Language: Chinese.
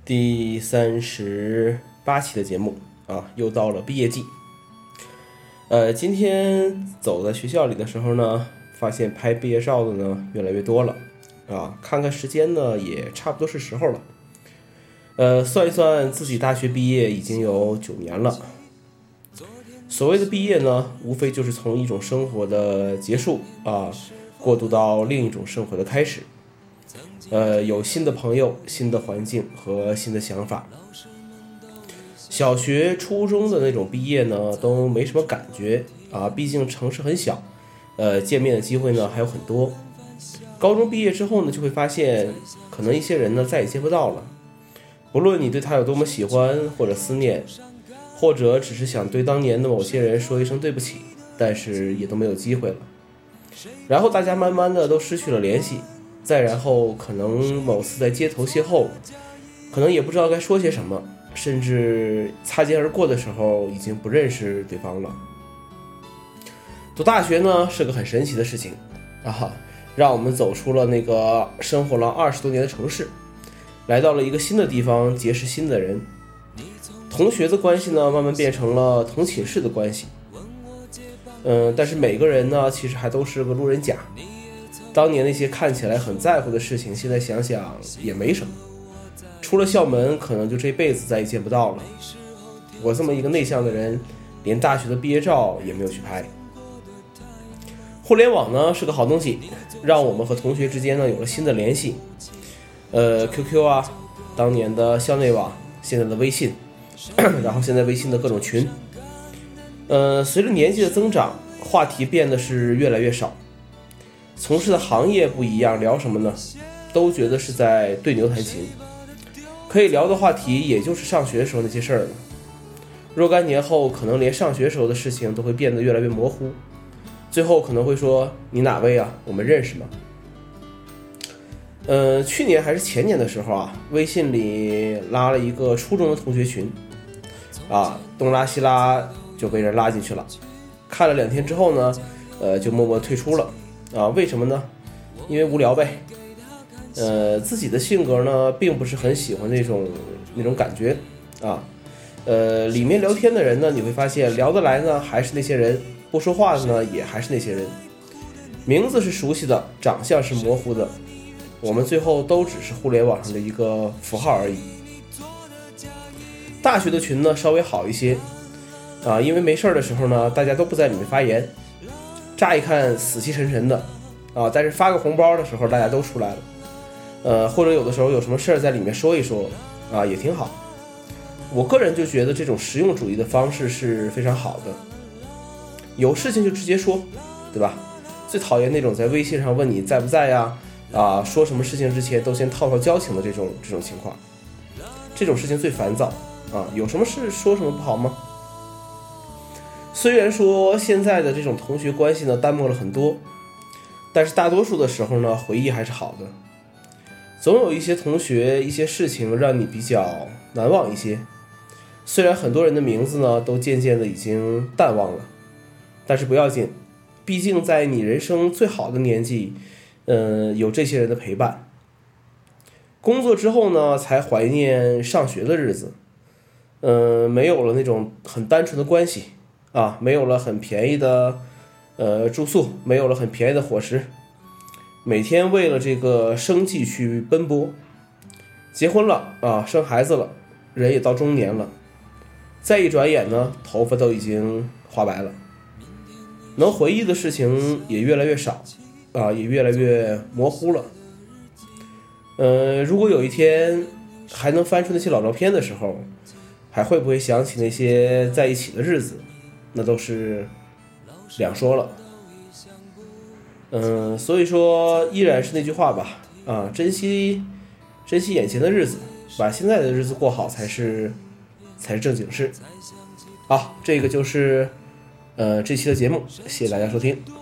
第38期的节目啊，又到了毕业季。今天走在学校里的时候呢，发现拍毕业照的呢越来越多了啊。看看时间呢，也差不多是时候了。算一算自己大学毕业已经有9年了。所谓的毕业呢，无非就是从一种生活的结束啊，过渡到另一种生活的开始。有新的朋友、新的环境和新的想法。小学、初中的那种毕业呢，都没什么感觉啊，毕竟城市很小，见面的机会呢还有很多。高中毕业之后呢，就会发现，可能一些人呢再也见不到了。不论你对他有多么喜欢或者思念，或者只是想对当年的某些人说一声对不起，但是也都没有机会了。然后大家慢慢的都失去了联系。再然后可能某次在街头邂逅，可能也不知道该说些什么，甚至擦肩而过的时候已经不认识对方了。读大学呢是个很神奇的事情啊，让我们走出了那个生活了20多年的城市，来到了一个新的地方，结识新的人。同学的关系呢慢慢变成了同寝室的关系。但是每个人呢其实还都是个路人甲。当年那些看起来很在乎的事情，现在想想也没什么。出了校门，可能就这辈子再也见不到了。我这么一个内向的人，连大学的毕业照也没有去拍。互联网呢是个好东西，让我们和同学之间呢有了新的联系。QQ 啊，当年的校内网，现在的微信，然后现在微信的各种群。随着年纪的增长，话题变得是越来越少。从事的行业不一样，聊什么呢？都觉得是在对牛弹琴，可以聊的话题也就是上学时候那些事儿了。若干年后，可能连上学时候的事情都会变得越来越模糊，最后可能会说：“你哪位啊？我们认识吗？”去年还是前年的时候啊，微信里拉了一个初中的同学群，啊，东拉西拉就被人拉进去了。看了2天之后呢，就默默退出了。为什么呢？因为无聊呗。自己的性格呢，并不是很喜欢那种感觉啊。里面聊天的人呢，你会发现聊得来呢还是那些人，不说话的呢也还是那些人，名字是熟悉的，长相是模糊的，我们最后都只是互联网上的一个符号而已。大学的群呢稍微好一些啊，因为没事的时候呢，大家都不在里面发言。乍一看死气沉沉的啊，但是发个红包的时候大家都出来了，或者有的时候有什么事儿在里面说一说啊，也挺好。我个人就觉得这种实用主义的方式是非常好的，有事情就直接说，对吧？最讨厌那种在微信上问你在不在呀，说什么事情之前都先套交情的这种情况，这种事情最烦躁啊。有什么事说什么不好吗？虽然说现在的这种同学关系呢淡漠了很多，但是大多数的时候呢回忆还是好的。总有一些同学一些事情让你比较难忘一些，虽然很多人的名字呢都渐渐的已经淡忘了，但是不要紧，毕竟在你人生最好的年纪，有这些人的陪伴。工作之后呢才怀念上学的日子，没有了那种很单纯的关系啊，没有了很便宜的住宿，没有了很便宜的伙食，每天为了这个生计去奔波。结婚了啊，生孩子了，人也到中年了，再一转眼呢，头发都已经花白了，能回忆的事情也越来越少啊，也越来越模糊了。如果有一天还能翻出那些老照片的时候，还会不会想起那些在一起的日子？那都是两说了。所以说依然是那句话吧，珍惜眼前的日子，把现在的日子过好才是正经事。好，这个就是这期的节目，谢谢大家收听。